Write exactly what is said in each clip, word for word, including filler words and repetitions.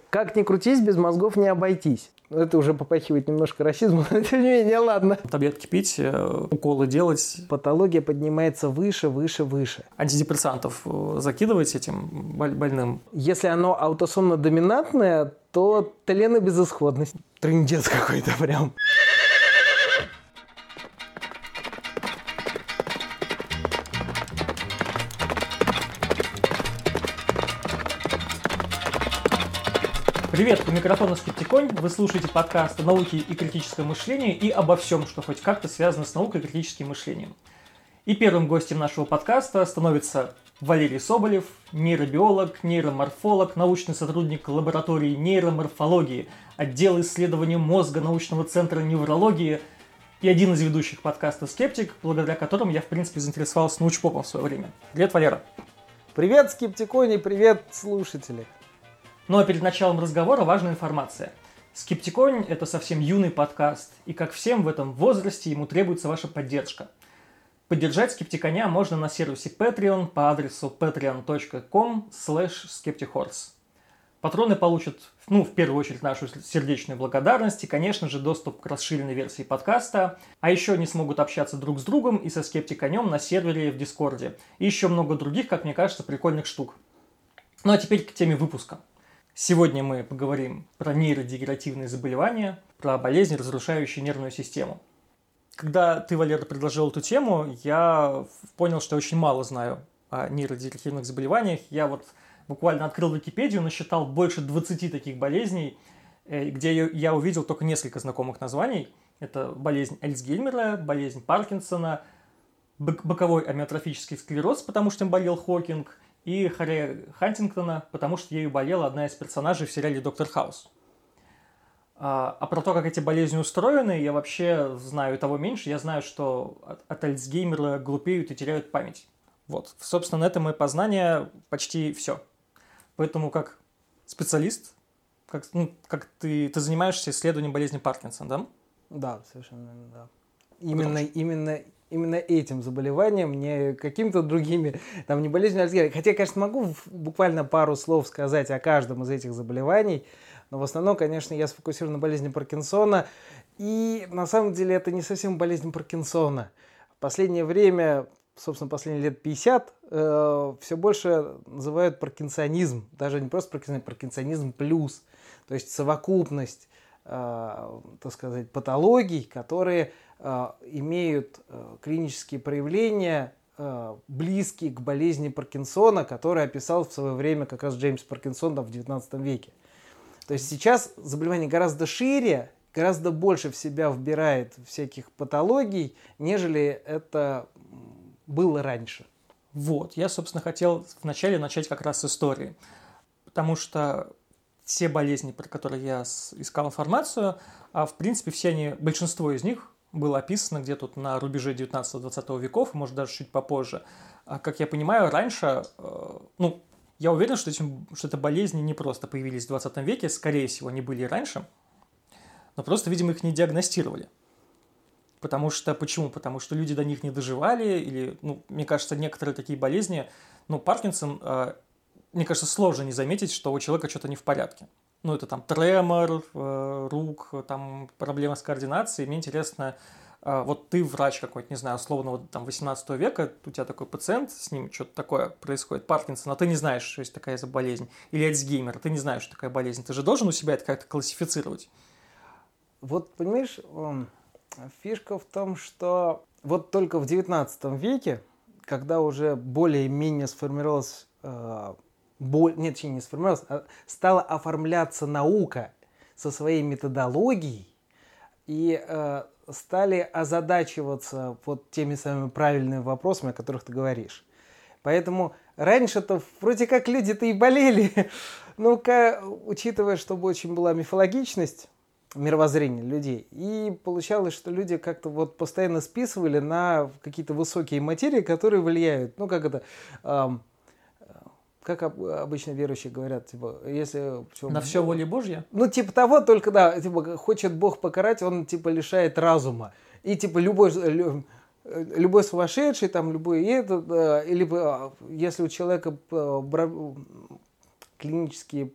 Как ни крутись, без мозгов не обойтись. Это уже попахивает немножко расизмом, но тем не менее, ладно. Таблетки пить, уколы делать. Патология поднимается выше, выше, выше. Антидепрессантов закидывать этим больным. Если оно аутосомно-доминантное, то тлен и безысходность. Трындец какой-то прям. Привет, у микрофона Скептиконь. Вы слушаете подкаст о науке и критическом мышлении и обо всем, что хоть как-то связано с наукой и критическим мышлением. И первым гостем нашего подкаста становится Валерий Соболев, нейробиолог, нейроморфолог, научный сотрудник лаборатории нейроморфологии, отдела исследования мозга научного центра неврологии и один из ведущих подкаста «Скептик», благодаря которому я, в принципе, заинтересовался научпопом в свое время. Привет, Валера. Привет, Скептикони, привет, слушатели. Ну а перед началом разговора важная информация. Скептиконь – это совсем юный подкаст, и как всем в этом возрасте ему требуется ваша поддержка. Поддержать Скептиконя можно на сервисе Patreon по адресу patreon точка com слэш skeptichorse. Патроны получат, ну, в первую очередь, нашу сердечную благодарность и, конечно же, доступ к расширенной версии подкаста, а еще они смогут общаться друг с другом и со Скептиконем на сервере в Дискорде, и еще много других, как мне кажется, прикольных штук. Ну а теперь к теме выпуска. Сегодня мы поговорим про нейродегенеративные заболевания, про болезни, разрушающие нервную систему. Когда ты, Валера, предложил эту тему, я понял, что я очень мало знаю о нейродегенеративных заболеваниях. Я вот буквально открыл Википедию, насчитал больше двадцати таких болезней, где я увидел только несколько знакомых названий. Это болезнь Альцгеймера, болезнь Паркинсона, боковой амиотрофический склероз, потому что им болел Хокинг, и Харри Хантингтона, потому что ею болела одна из персонажей в сериале «Доктор Хаус». А, а про то, как эти болезни устроены, я вообще знаю того меньше. Я знаю, что от, от Альцгеймера глупеют и теряют память. Вот, собственно, на этом мои познания почти все. Поэтому как специалист, как, ну, как ты, ты занимаешься исследованием болезни Паркинсона, да? Да, совершенно, да. Именно, именно... Именно этим заболеванием, не какими-то другими, там, не болезнью Альцгеймера. Хотя, конечно, могу буквально пару слов сказать о каждом из этих заболеваний, но в основном, конечно, я сфокусирован на болезни Паркинсона. И на самом деле это не совсем болезнь Паркинсона. В последнее время, собственно, последние лет пятьдесят, э, все больше называют паркинсонизм. Даже не просто паркинсонизм, паркинсонизм плюс. То есть совокупность, э, так сказать, патологий, которые имеют клинические проявления, близкие к болезни Паркинсона, который описал в свое время как раз Джеймс Паркинсон в девятнадцатом веке. То есть сейчас заболевание гораздо шире, гораздо больше в себя вбирает всяких патологий, нежели это было раньше. Вот, я, собственно, хотел вначале начать как раз с истории, потому что все болезни, про которые я искал информацию, а в принципе все они, большинство из них было описано где-то на рубеже девятнадцатого-двадцатого веков, может даже чуть попозже. А, как я понимаю, раньше, э, ну, я уверен, что, этим, что это болезни не просто появились в двадцатом веке, скорее всего, они были и раньше, но просто, видимо, их не диагностировали. Потому что, почему? Потому что люди до них не доживали, или, ну, мне кажется, некоторые такие болезни, ну, Паркинсон, э, мне кажется, сложно не заметить, что у человека что-то не в порядке. Ну, это там тремор э, рук, там проблемы с координацией. Мне интересно, э, вот ты врач какой-то, не знаю, условного там восемнадцатого века, у тебя такой пациент, с ним что-то такое происходит, Паркинсон, а ты не знаешь, что есть такая болезнь. Или Альцгеймер, ты не знаешь, что такая болезнь. Ты же должен у себя это как-то классифицировать. Вот, понимаешь, фишка в том, что вот только в девятнадцатом веке, когда уже более-менее сформировалась... Э, Боль, нет, не сформировалась, а стала оформляться наука со своей методологией, и э, стали озадачиваться вот теми самыми правильными вопросами, о которых ты говоришь. Поэтому раньше-то вроде как люди-то и болели, ну-ка, учитывая, чтобы очень была мифологичность мировоззрения людей, и получалось, что люди как-то вот постоянно списывали на какие-то высокие материи, которые влияют, ну как это... Э, Как обычно верующие говорят, типа, если... На все воля Божья? Ну, типа того, только, да, типа, хочет Бог покарать, он, типа, лишает разума. И, типа, любой, любой сумасшедший, там, любой этот, или если у человека клинические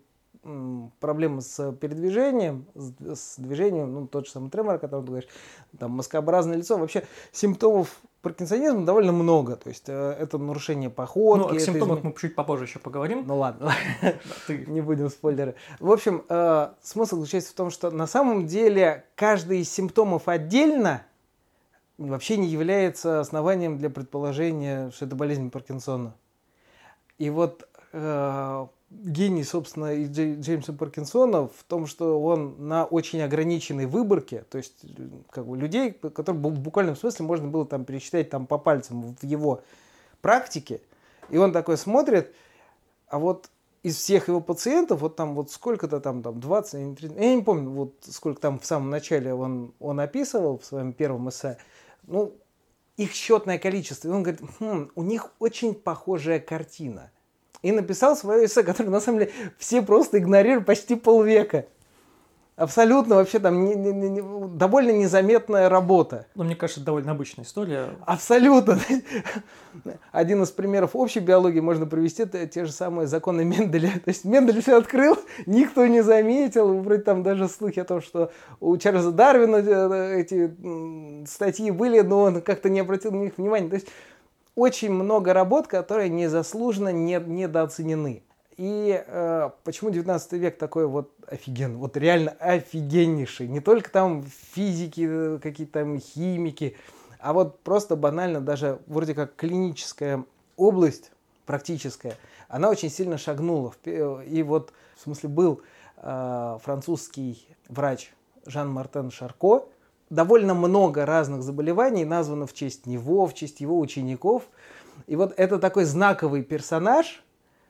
м, проблемы с передвижением, с, с движением, ну, тот же самый тремор, о котором ты говоришь, там, маскообразное лицо. Вообще симптомов паркинсонизма довольно много. То есть э, это нарушение походки. Ну, о это симптомах изме... мы чуть попозже еще поговорим. Ну ладно, Ты... не будем спойлеры. В общем, э, смысл заключается в том, что на самом деле каждый из симптомов отдельно вообще не является основанием для предположения, что это болезнь Паркинсона. И вот э, гений, собственно, и Джей, Джеймса Паркинсона в том, что он на очень ограниченной выборке, то есть как бы людей, которые в буквальном смысле можно было там пересчитать там, по пальцам в его практике, и он такой смотрит, а вот из всех его пациентов, вот там вот сколько-то там, там двадцать, тридцать, я не помню, вот сколько там в самом начале он, он описывал в своем первом эссе, ну, их счетное количество. И он говорит, хм, у них очень похожая картина. И написал свое эссе, которое на самом деле все просто игнорируют почти полвека. Абсолютно вообще там не, не, не, довольно незаметная работа. Ну, мне кажется, это довольно обычная история. Абсолютно. Один из примеров общей биологии можно привести, это те же самые законы Менделя. То есть Мендель все открыл, никто не заметил. Вроде там даже слухи о том, что у Чарльза Дарвина эти статьи были, но он как-то не обратил на них внимания. То есть очень много работ, которые незаслуженно не, недооценены. И э, почему девятнадцатый век такой вот офигенный, вот реально офигеннейший. Не только там физики, какие-то там химики, а вот просто банально даже вроде как клиническая область, практическая, она очень сильно шагнула. И вот в смысле был э, французский врач Жан-Мартен Шарко. Довольно много разных заболеваний названо в честь него, в честь его учеников. И вот это такой знаковый персонаж,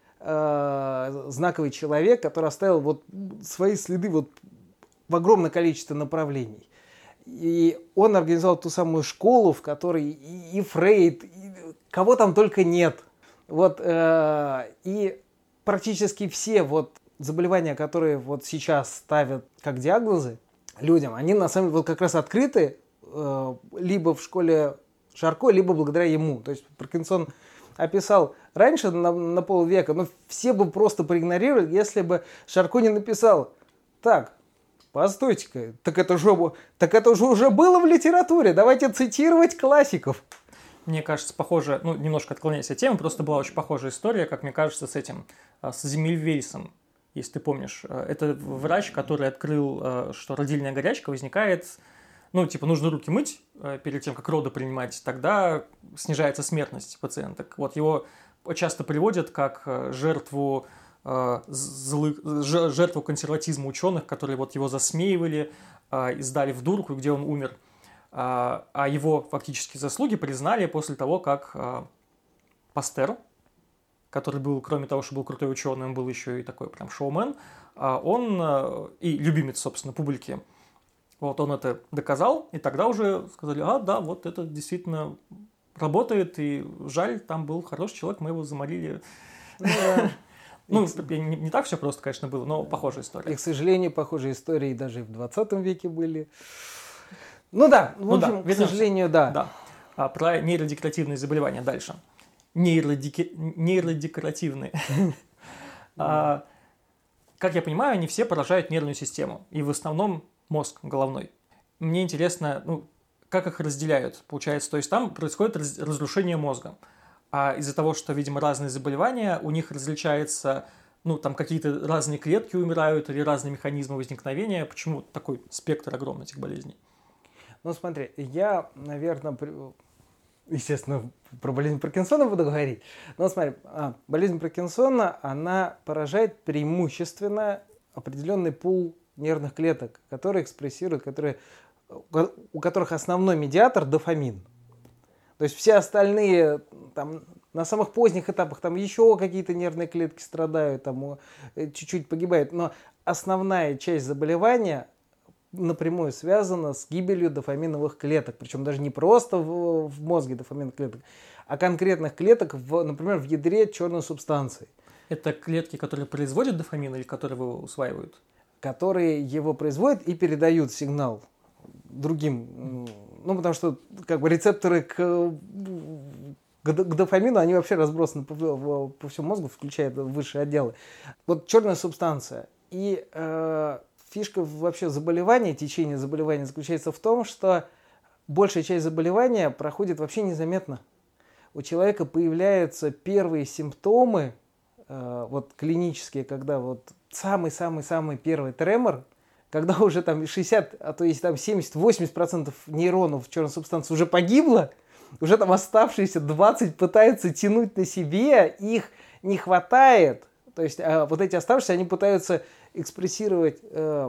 знаковый человек, который оставил вот свои следы вот в огромном количестве направлений. И он организовал ту самую школу, в которой и, и Фрейд, и кого там только нет. Вот, э, и практически все вот заболевания, которые вот сейчас ставят как диагнозы людям, они на самом деле вот как раз открыты э, либо в школе Шарко, либо благодаря ему. То есть Паркинсон описал раньше на, на полвека, но все бы просто проигнорировали, если бы Шарко не написал: так, постойте-ка, так это же, так это же уже было в литературе, давайте цитировать классиков. Мне кажется, похоже, ну, немножко отклоняясь от темы, просто была очень похожая история, как мне кажется, с этим, с Земельвейсом, если ты помнишь. Это врач, который открыл, что родильная горячка возникает, ну, типа, нужно руки мыть перед тем, как роды принимать, тогда снижается смертность пациенток. Вот его часто приводят как жертву, злых, жертву консерватизма ученых, которые вот его засмеивали и сдали в дурку, где он умер. А его фактически заслуги признали после того, как Пастер, который был, кроме того, что был крутой ученый, он был еще и такой прям шоумен, он и любимец, собственно, публики. Вот он это доказал, и тогда уже сказали: а, да, вот это действительно работает, и жаль, там был хороший человек, мы его заморили. Ну, не так все просто, конечно, было, но похожая история. И, к сожалению, похожие истории даже и в двадцатом веке были. Ну да, в общем, к сожалению, да. Да. Про нейродегенеративные заболевания дальше. Нейродегенеративные. Как я понимаю, они все поражают нервную систему, и в основном мозг головной. Мне интересно, ну, как их разделяют, получается. То есть там происходит раз, разрушение мозга. А из-за того, что, видимо, разные заболевания, у них различается, ну, там какие-то разные клетки умирают или разные механизмы возникновения. Почему такой спектр огромный этих болезней? Ну, смотри, я, наверное, естественно, про болезнь Паркинсона буду говорить. Но смотри, болезнь Паркинсона, она поражает преимущественно определенный пул нервных клеток, которые экспрессируют, которые, у которых основной медиатор дофамин. То есть все остальные там, на самых поздних этапах там еще какие-то нервные клетки страдают, там, чуть-чуть погибают. Но основная часть заболевания напрямую связана с гибелью дофаминовых клеток. Причем даже не просто в, в мозге дофаминовых клеток, а конкретных клеток, в, например, в ядре черной субстанции. Это клетки, которые производят дофамин или которые его усваивают? Которые его производят и передают сигнал другим. Ну, потому что как бы рецепторы к, к, к дофамину, они вообще разбросаны по, по всему мозгу, включая высшие отделы. Вот черная субстанция. И э, фишка вообще заболевания, течение заболевания заключается в том, что большая часть заболевания проходит вообще незаметно. У человека появляются первые симптомы, э, вот клинические, когда вот самый-самый-самый первый тремор, когда уже там шестьдесят, а то есть там семьдесят-восемьдесят процентов нейронов черной субстанции уже погибло, уже там оставшиеся двадцать пытаются тянуть на себе, их не хватает. То есть э, вот эти оставшиеся, они пытаются экспрессировать э,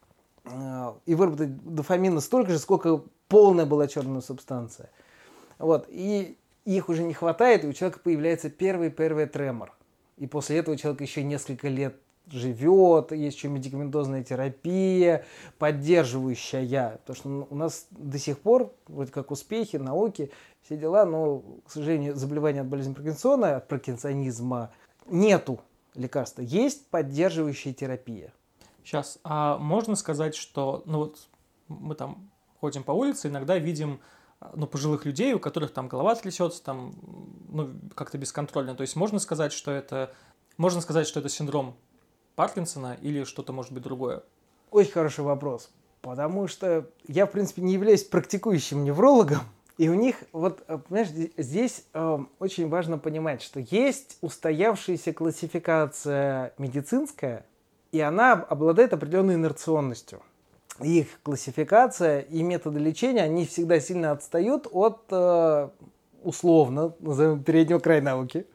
э, и выработать дофамина столько же, сколько полная была черная субстанция. Вот. И их уже не хватает, и у человека появляется первый-первый тремор. И после этого человек еще несколько лет живет, есть еще медикаментозная терапия, поддерживающая. Потому что у нас до сих пор, вроде как успехи, науки, все дела, но, к сожалению, заболевания от болезни Паркинсона, от паркинсонизма нету лекарства. Есть поддерживающая терапия. Сейчас, а можно сказать, что, ну вот мы там ходим по улице, иногда видим, ну, пожилых людей, у которых там голова трясется, там, ну, как-то бесконтрольно. То есть можно сказать, что это, можно сказать, что это синдром Паркинсона или что-то может быть другое? Очень хороший вопрос, потому что я, в принципе, не являюсь практикующим неврологом, и у них, вот, понимаешь, здесь э, очень важно понимать, что есть устоявшаяся классификация медицинская, и она обладает определенной инерционностью. Их классификация и методы лечения, они всегда сильно отстают от, э, условно, назовем, переднего края науки.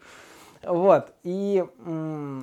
Вот, и м-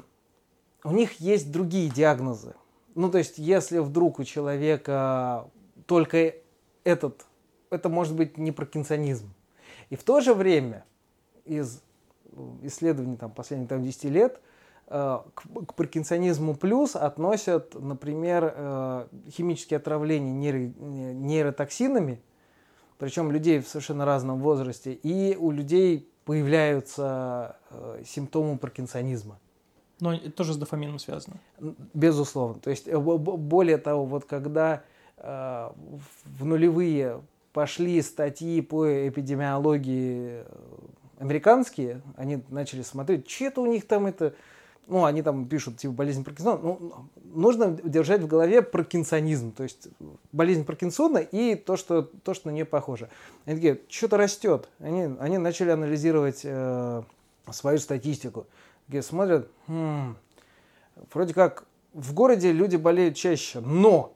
у них есть другие диагнозы. Ну, то есть, если вдруг у человека только этот, это может быть не паркинсонизм. И в то же время из исследований там, последних там, десять лет э, к, к паркинсонизму плюс относят, например, э, химические отравления нейро, нейротоксинами, причем людей в совершенно разном возрасте, и у людей появляются э, симптомы паркинсонизма. Но это тоже с дофамином связано. Безусловно. То есть, более того, вот когда э, в нулевые пошли статьи по эпидемиологии американские, они начали смотреть, что это у них там это... Ну, они там пишут, типа, болезнь Паркинсона. Ну, нужно держать в голове паркинсонизм, то есть болезнь Паркинсона и то, что, то, что на нее похоже. Они такие, что-то растет. Они, они начали анализировать э, свою статистику. Где смотрят, хм, вроде как в городе люди болеют чаще, но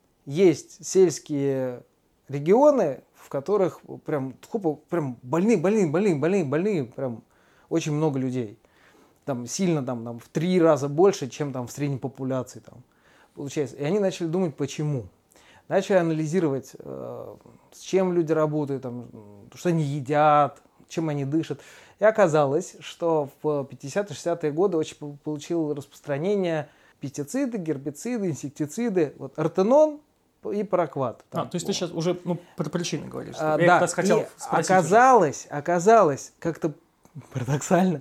есть сельские регионы, в которых прям, прям больные, больные, больные, больные, больные, прям очень много людей. Там сильно там, там в три раза больше, чем там в средней популяции там, получается. И они начали думать, почему. Начали анализировать, э, с чем люди работают, там, что они едят, чем они дышат. И оказалось, что в пятидесятые-шестидесятые годы очень получил распространение пестициды, гербициды, инсектициды, вот, ортенон и паракват. А, то есть ты сейчас уже ну, про причины говоришь. А, я да, как раз хотел и спросить оказалось, уже. оказалось, как-то парадоксально,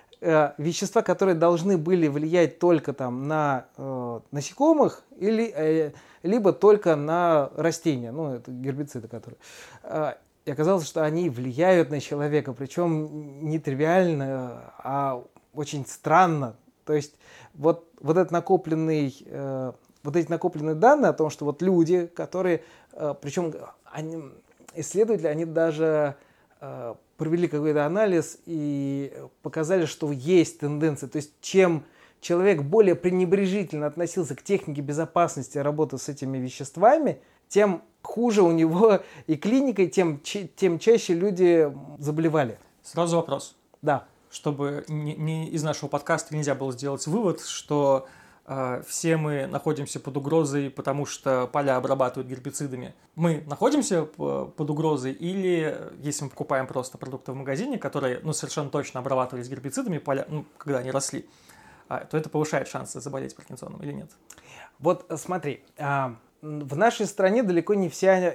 э, вещества, которые должны были влиять только там на э, насекомых или, э, либо только на растения, ну, это гербициды, которые... Э, И оказалось, что они влияют на человека, причем не тривиально, а очень странно. То есть вот, вот, этот накопленный, э, вот эти накопленные данные о том, что вот люди, которые, э, причем они, исследователи, они даже э, провели какой-то анализ и показали, что есть тенденция. То есть чем человек более пренебрежительно относился к технике безопасности работы с этими веществами, тем хуже у него и клиникой, тем, тем чаще люди заболевали. Сразу вопрос. Да. Чтобы не, не из нашего подкаста нельзя было сделать вывод, что э, все мы находимся под угрозой, потому что поля обрабатывают гербицидами. Мы находимся под угрозой или если мы покупаем просто продукты в магазине, которые ну, совершенно точно обрабатывались гербицидами, поля, ну, когда они росли, э, то это повышает шансы заболеть Паркинсоном или нет? Вот смотри, э, в нашей стране далеко не все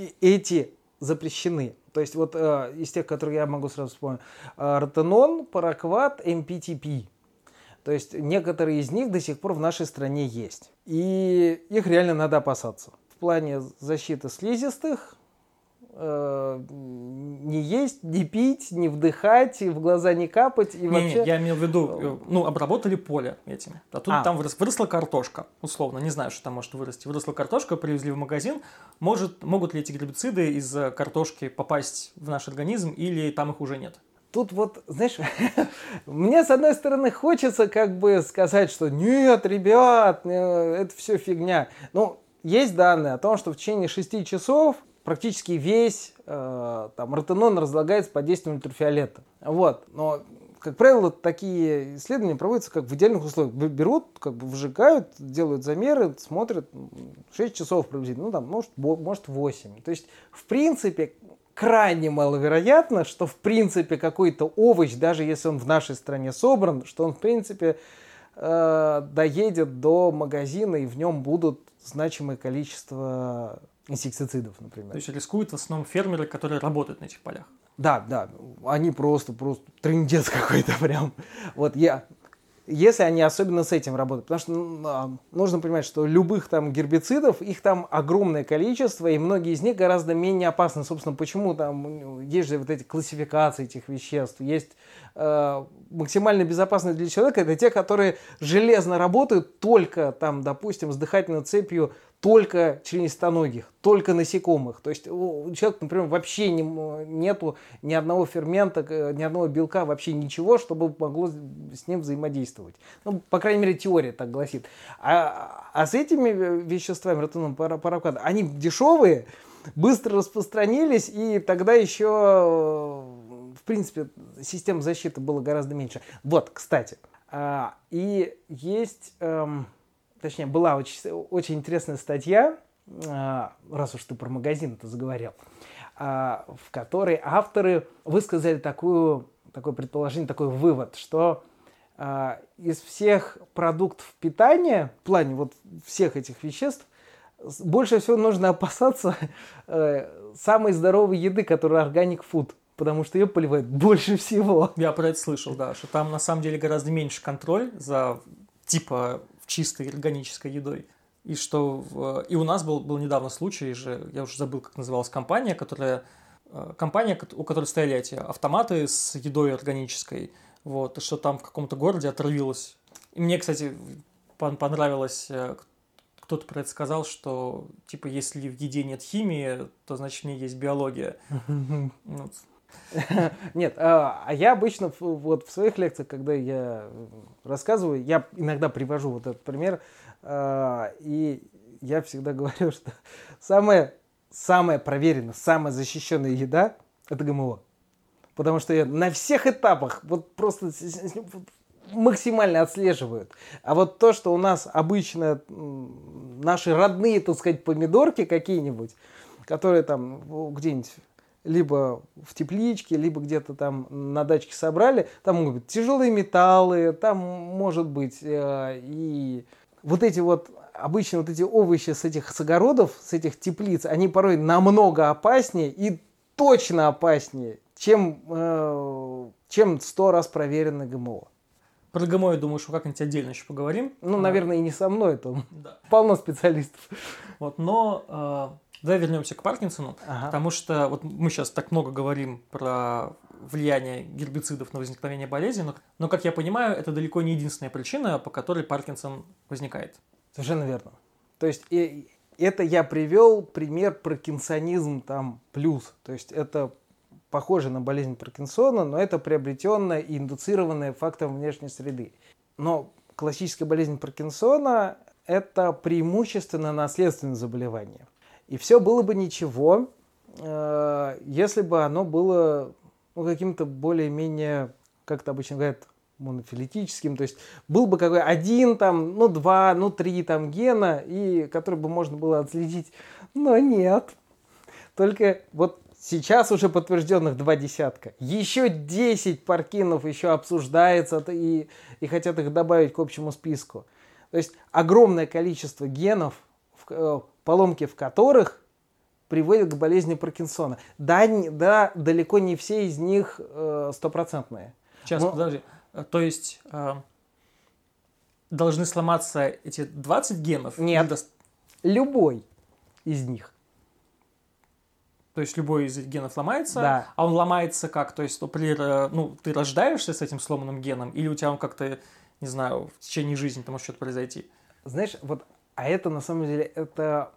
эти запрещены. То есть вот э, из тех, которые я могу сразу вспомнить, э, ротенон, паракват, эм пи ти пи. То есть некоторые из них до сих пор в нашей стране есть. И их реально надо опасаться. В плане защиты слизистых э, не есть, не пить, не вдыхать, и в глаза не капать. И не, вообще... не, я имел в виду, ну, обработали поле этим. А тут а. там вырос, выросла картошка, условно. Не знаю, что там может вырасти. Выросла картошка, привезли в магазин. Может, могут ли эти гербициды из картошки попасть в наш организм, или там их уже нет? Тут вот, знаешь, мне с одной стороны хочется как бы сказать, что нет, ребят, это все фигня. Ну, есть данные о том, что в течение шести часов практически весь э, там, ротенон разлагается под действием ультрафиолета. Вот. Но, как правило, такие исследования проводятся как в идеальных условиях. Берут, как бы вжигают, делают замеры, смотрят шесть часов приблизительно, ну там, может, может восемь. То есть, в принципе, крайне маловероятно, что в принципе какой-то овощ, даже если он в нашей стране собран, что он в принципе э, доедет до магазина и в нем будут значимое количество инсектицидов, например. То есть рискуют в основном фермеры, которые работают на этих полях. Да, да, они просто, просто трындец какой-то прям. Вот я... Если они особенно с этим работают. Потому что нужно понимать, что любых там гербицидов, их там огромное количество, и многие из них гораздо менее опасны. Собственно, почему там есть же вот эти классификации этих веществ. Есть э, максимально безопасные для человека, это те, которые железно работают только там, допустим, с дыхательной цепью, только членистоногих, только насекомых. То есть у человека, например, вообще не, нету ни одного фермента, ни одного белка, вообще ничего, чтобы могло с ним взаимодействовать. Ну, по крайней мере, теория так гласит. А, а с этими веществами, ротеном, паракват, они дешевые, быстро распространились, и тогда еще, в принципе, систем защиты было гораздо меньше. Вот, кстати, и есть... Точнее, была очень, очень интересная статья, раз уж ты про магазин это заговорил, в которой авторы высказали такую, такое предположение, такой вывод, что из всех продуктов питания, в плане вот всех этих веществ, больше всего нужно опасаться самой здоровой еды, которая органик фуд. Потому что ее поливают больше всего. Я про это слышал, да, что там на самом деле гораздо меньше контроль за типа чистой органической едой. И что в... и у нас был, был недавно случай же, я уже забыл, как называлась компания, которая компания, у которой стояли эти автоматы с едой органической, вот, и что там в каком-то городе отравилось. И мне, кстати, понравилось, кто-то про это сказал, что типа если в еде нет химии, то значит в ней есть биология. Нет, а я обычно вот в своих лекциях, когда я рассказываю, я иногда привожу вот этот пример, и я всегда говорю, что самая, самая проверенная, самая защищенная еда – это ГМО. Потому что ее на всех этапах вот просто максимально отслеживают. А вот то, что у нас обычно наши родные, так сказать, помидорки какие-нибудь, которые там где-нибудь либо в тепличке, либо где-то там на дачке собрали, там могут быть тяжелые металлы, там может быть э, и вот эти вот, обычно вот эти овощи с этих с огородов, с этих теплиц, они порой намного опаснее и точно опаснее, чем, э, чем сто раз проверенный ГМО. Про ГМО, я думаю, что как-нибудь отдельно еще поговорим. Ну, наверное, и не со мной, там да. полно специалистов. Вот, но... Э... Давай вернемся к Паркинсону, ага. Потому что вот мы сейчас так много говорим про влияние гербицидов на возникновение болезни, но, но, как я понимаю, это далеко не единственная причина, по которой Паркинсон возникает. Совершенно верно. То есть и, это я привел пример паркинсонизм там плюс. То есть это похоже на болезнь Паркинсона, но это приобретенное и индуцированное фактором внешней среды. Но классическая болезнь Паркинсона – это преимущественно наследственное заболевание. И все было бы ничего, э, если бы оно было ну, каким-то более-менее, как это обычно говорят, монофилетическим. То есть был бы какой один, там, ну два, ну три там гена, и который бы можно было отследить. Но нет. Только вот сейчас уже подтвержденных два десятка. Еще десять паркинов еще обсуждается и, и хотят их добавить к общему списку. То есть огромное количество генов, в, поломки в которых приводят к болезни Паркинсона. Да, не, да далеко не все из них стопроцентные. Сейчас, Но... подожди. То есть э, должны сломаться эти двадцать генов? Нет, до... любой из них. То есть любой из генов ломается, Да. а он ломается как? То есть, при, ну, ты рождаешься с этим сломанным геном, или у тебя он как-то, не знаю, в течение жизни там может что-то произойти? Знаешь, вот, а это на самом деле, это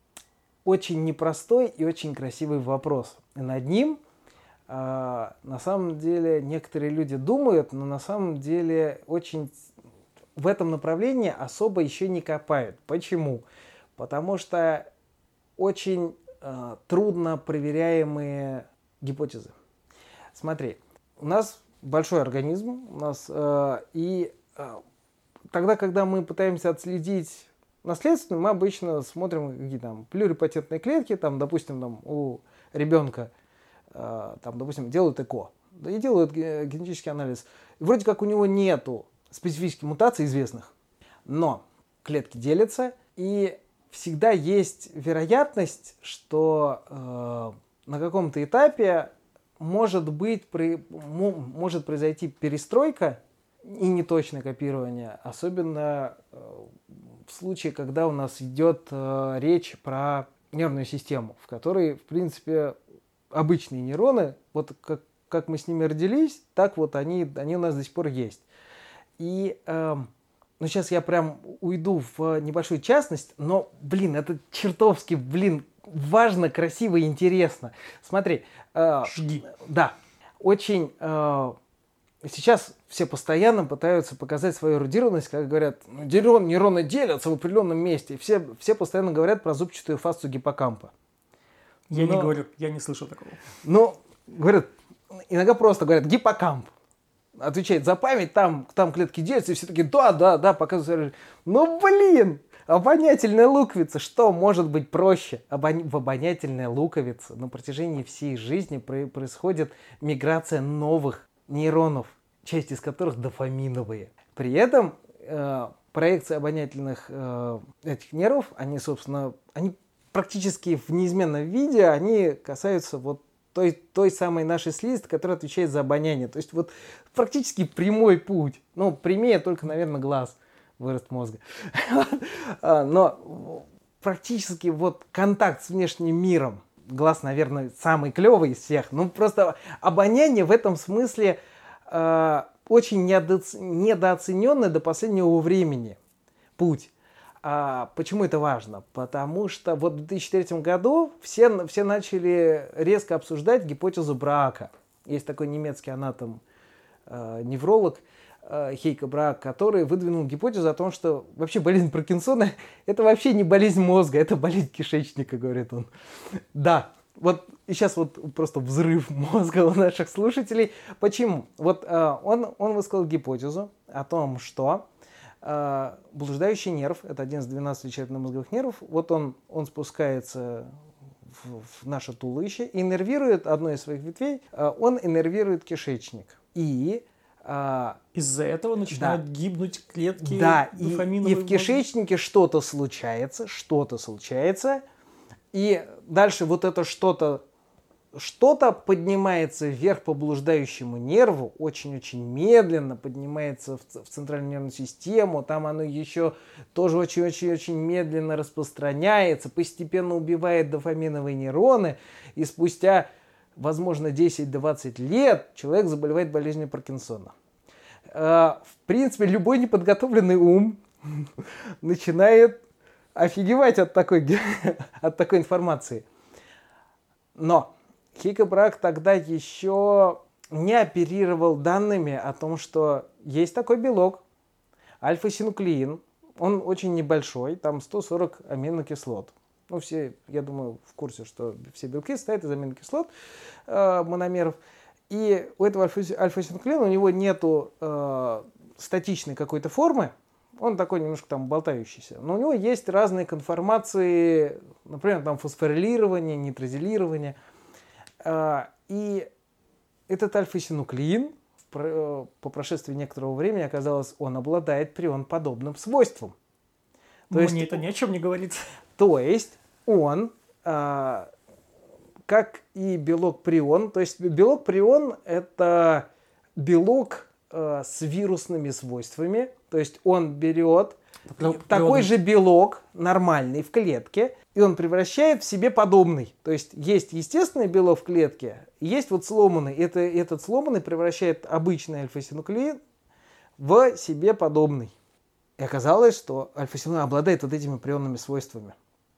очень непростой и очень красивый вопрос. И над ним э, на самом деле некоторые люди думают, но на самом деле очень в этом направлении особо еще не копают. Почему? Потому что очень э, трудно проверяемые гипотезы. Смотри, у нас большой организм, у нас э, и э, тогда, когда мы пытаемся отследить наследственную, мы обычно смотрим какие там плюрипатентные клетки, там, допустим, там, у ребенка, э, там, допустим, делают ЭКО, да, и делают генетический анализ. И вроде как у него нету специфических мутаций известных, но клетки делятся, и всегда есть вероятность, что э, на каком-то этапе может быть, при, может произойти перестройка и неточное копирование, особенно э, в случае, когда у нас идет э, речь про нервную систему, в которой, в принципе, обычные нейроны, вот как, как мы с ними родились, так вот они, они у нас до сих пор есть. И э, ну, сейчас я прям уйду в небольшую частность, но, блин, это чертовски, блин, важно, красиво и интересно. Смотри. Э, Жги. Да. Очень... Э, сейчас все постоянно пытаются показать свою эрудированность, как говорят, нейроны, нейроны делятся в определенном месте. Все, все постоянно говорят про зубчатую фасцию гиппокампа. Я но, не говорю, я не слышал такого. Ну, говорят, иногда просто говорят гиппокамп. Отвечает за память, там, там клетки делятся, и все такие, да, да, да, показывают. Ну, блин, обонятельная луковица, что может быть проще? Обон... В обонятельной луковице на протяжении всей жизни происходит миграция новых нейронов, часть из которых дофаминовые. При этом э, проекции обонятельных э, этих нервов, они, собственно, они практически в неизменном виде, они касаются вот той, той самой нашей слизистой, которая отвечает за обоняние. То есть вот практически прямой путь. Ну, прямее только, наверное, глаз, вырост мозга. Но практически вот контакт с внешним миром. Глаз, наверное, самый клевый из всех. Ну, просто обоняние в этом смысле э, очень недооц... недооцененный до последнего времени путь. А почему это важно? Потому что вот в две тысячи третьем году все, все начали резко обсуждать гипотезу Браака. Есть такой немецкий анатом, э, невролог э, Хейко Браак, который выдвинул гипотезу о том, что вообще болезнь Паркинсона – это вообще не болезнь мозга, это болезнь кишечника, говорит он. Да, вот и сейчас вот просто взрыв мозга у наших слушателей. Почему? Вот э, он, он высказал гипотезу о том, что э, блуждающий нерв, это один из двенадцати черепно-мозговых нервов, вот он, он спускается в, в наше туловище и иннервирует одной из своих ветвей, э, он иннервирует кишечник. И э, из-за этого начинают да. гибнуть клетки да, дофаминовой. И, и в кишечнике что-то случается, что-то случается, и дальше вот это что-то что-то поднимается вверх по блуждающему нерву, очень-очень медленно поднимается в, в центральную нервную систему, там оно еще тоже очень-очень-очень медленно распространяется, постепенно убивает дофаминовые нейроны, и спустя, возможно, десять-двадцать лет человек заболевает болезнью Паркинсона. В принципе, любой неподготовленный ум начинает офигевать от такой, от такой информации. Но Хейко Браак тогда еще не оперировал данными о том, что есть такой белок, альфа-синуклеин. Он очень небольшой, там сто сорок аминокислот. Ну, все, я думаю, в курсе, что все белки состоят из аминокислот, э, мономеров. И у этого альфа-синуклеина у него нету э, статичной какой-то формы. Он такой немножко там болтающийся. Но у него есть разные конформации, например, там фосфорилирование, нейтрозилирование. И этот альфа-синуклеин по прошествии некоторого времени оказалось, он обладает прион-подобным свойством. То Мне есть, это ни о чем не говорит. То есть он, как и белок прион, то есть белок прион это белок э, с вирусными свойствами. То есть он берет Природный. такой же белок, нормальный, в клетке, и он превращает в себе подобный. То есть есть естественный белок в клетке, есть вот сломанный. Это, этот сломанный превращает обычный альфа-синуклеин в себе подобный. И оказалось, что альфа-синуклеин обладает вот этими прионными свойствами.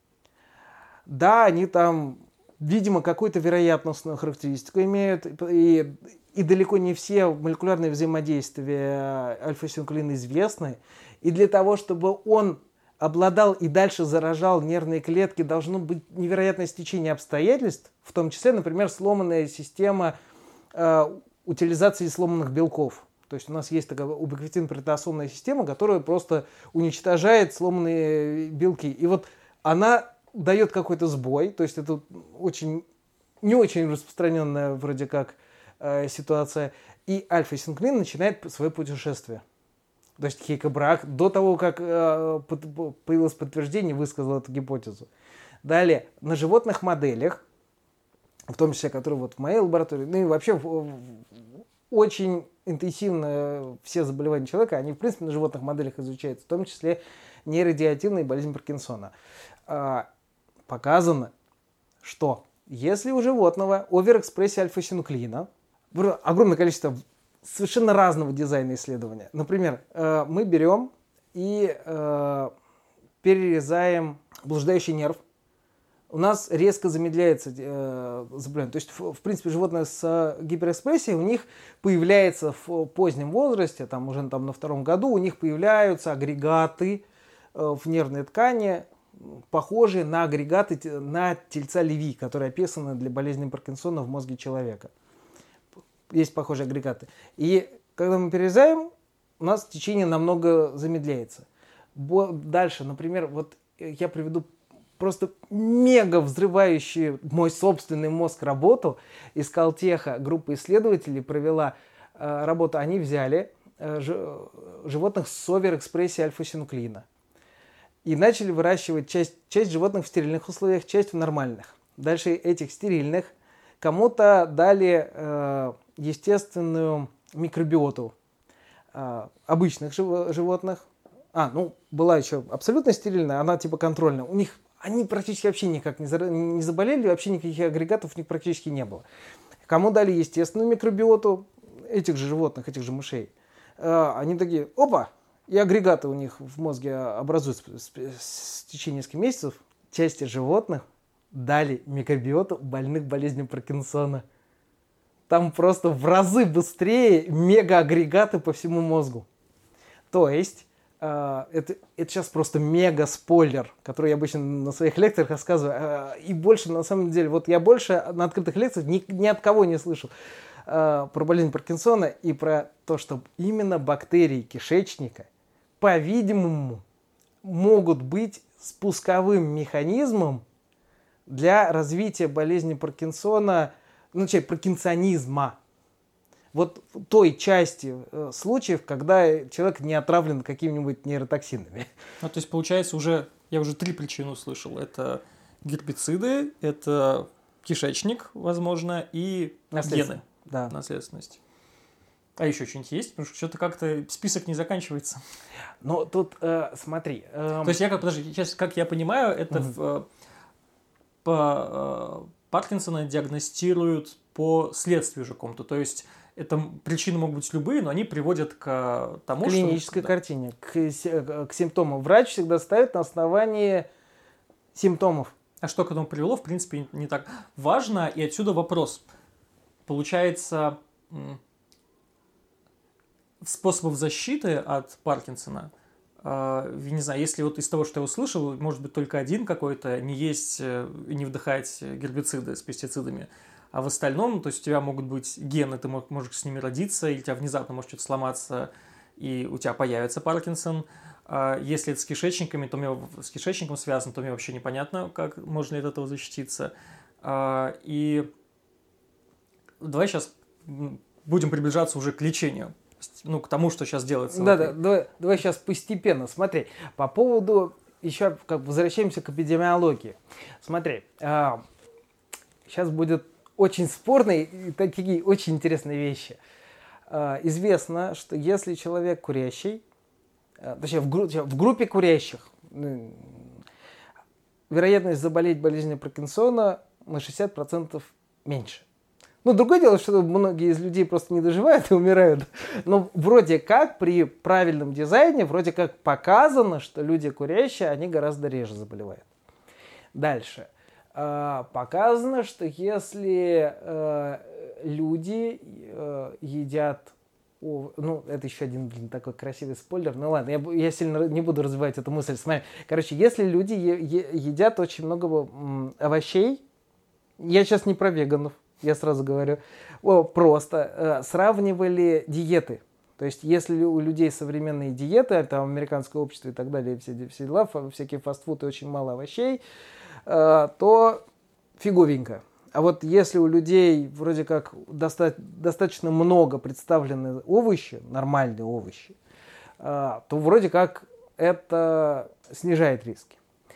Да, они там, видимо, какую-то вероятностную характеристику имеют, и, и далеко не все молекулярные взаимодействия альфа-синуклеина известны. И для того, чтобы он обладал и дальше заражал нервные клетки, должно быть невероятное стечение обстоятельств, в том числе, например, сломанная система э, утилизации сломанных белков. То есть у нас есть такая убиквитин-протеосомная система, которая просто уничтожает сломанные белки. И вот она дает какой-то сбой, то есть это очень, не очень распространенная вроде как э, ситуация, и альфа-синуклеин начинает свое путешествие. То есть Хейко Брак до того, как э, под, появилось подтверждение, высказал эту гипотезу. Далее, на животных моделях, в том числе, которые вот в моей лаборатории, ну и вообще в, в, очень интенсивно все заболевания человека, они в принципе на животных моделях изучаются, в том числе нейродегенеративная болезнь Паркинсона. Э, показано, что если у животного оверэкспрессия альфа-синуклеина, огромное количество совершенно разного дизайна исследования. Например, э, мы берем и э, перерезаем блуждающий нерв. У нас резко замедляется э, заболевание. То есть, в, в принципе, животное с гиперэкспрессией, у них появляется в позднем возрасте, там, уже там, на втором году, у них появляются агрегаты э, в нервной ткани, похожие на агрегаты на тельца Леви, которые описаны для болезни Паркинсона в мозге человека. Есть похожие агрегаты. И когда мы перерезаем, у нас течение намного замедляется. Дальше, например, вот я приведу просто мега взрывающую мой собственный мозг работу. Из Калтеха группа исследователей провела э, работу. Они взяли э, ж, животных с оверэкспрессией альфа-синуклеина и начали выращивать часть, часть животных в стерильных условиях, часть в нормальных. Дальше этих стерильных кому-то дали э, естественную микробиоту э, обычных жив- животных. А, ну, была еще абсолютно стерильная, она типа контрольная. У них они практически вообще никак не, за, не заболели, вообще никаких агрегатов у них практически не было. Кому дали естественную микробиоту этих же животных, этих же мышей, э, они такие, опа, и агрегаты у них в мозге образуются в течение нескольких месяцев. Части животных дали микробиоту больных болезнью Паркинсона. Там просто в разы быстрее мега-агрегаты по всему мозгу. То есть, э, это, это сейчас просто мега-спойлер, который я обычно на своих лекциях рассказываю. Э, и больше, на самом деле, вот я больше на открытых лекциях ни, ни от кого не слышал э, про болезнь Паркинсона и про то, что именно бактерии кишечника, по-видимому, могут быть спусковым механизмом для развития болезни Паркинсона, ну, часть паркинсонизма. Вот той части э, случаев, когда человек не отравлен какими-нибудь нейротоксинами. Ну, то есть, получается, уже я уже три причины услышал. Это гербициды, это кишечник, возможно, и гены. Да. Наследственность. А еще что-нибудь есть? Потому что что-то как-то список не заканчивается. Но тут, э, смотри. Э... То есть, я как, подожди, сейчас, как я понимаю, это угу. в, по э, Паркинсона диагностируют по следствию же какому-то. То есть, это причины могут быть любые, но они приводят к тому, к клинической что... картине, к, к симптомам. Врач всегда ставит на основании симптомов. А что к этому привело, в принципе, не так важно. И отсюда вопрос. Получается, способов защиты от Паркинсона, не знаю, если вот из того, что я услышал, может быть только один какой-то, не есть и не вдыхать гербициды с пестицидами. А в остальном, то есть у тебя могут быть гены, ты можешь с ними родиться, или у тебя внезапно может что-то сломаться, и у тебя появится Паркинсон. Если это с кишечниками, то мне, с кишечником связано, то мне вообще непонятно, как можно ли от этого защититься. И давай сейчас будем приближаться уже к лечению, ну, к тому, что сейчас делается. Да, да, давай, давай сейчас постепенно. Смотри, по поводу, еще как возвращаемся к эпидемиологии. Смотри, сейчас будет очень спорные и такие очень интересные вещи. Известно, что если человек курящий, точнее, в, гру- в группе курящих, вероятность заболеть болезнью Паркинсона на шестьдесят процентов меньше. Ну, другое дело, что многие из людей просто не доживают и умирают. Но вроде как при правильном дизайне, вроде как показано, что люди курящие, они гораздо реже заболевают. Дальше. Показано, что если люди едят... Ну, это еще один, блин, такой красивый спойлер. Ну ладно, я, я сильно не буду развивать эту мысль. Смотри, короче, если люди е- е- едят очень много м, овощей, я сейчас не про веганов, я сразу говорю, о, просто э, сравнивали диеты. То есть, если у людей современные диеты, там, американское общество и так далее, все, все дела, всякие фастфуды, очень мало овощей, э, то фиговенько. А вот если у людей вроде как доста- достаточно много представлены овощи, нормальные овощи, э, то вроде как это снижает риски.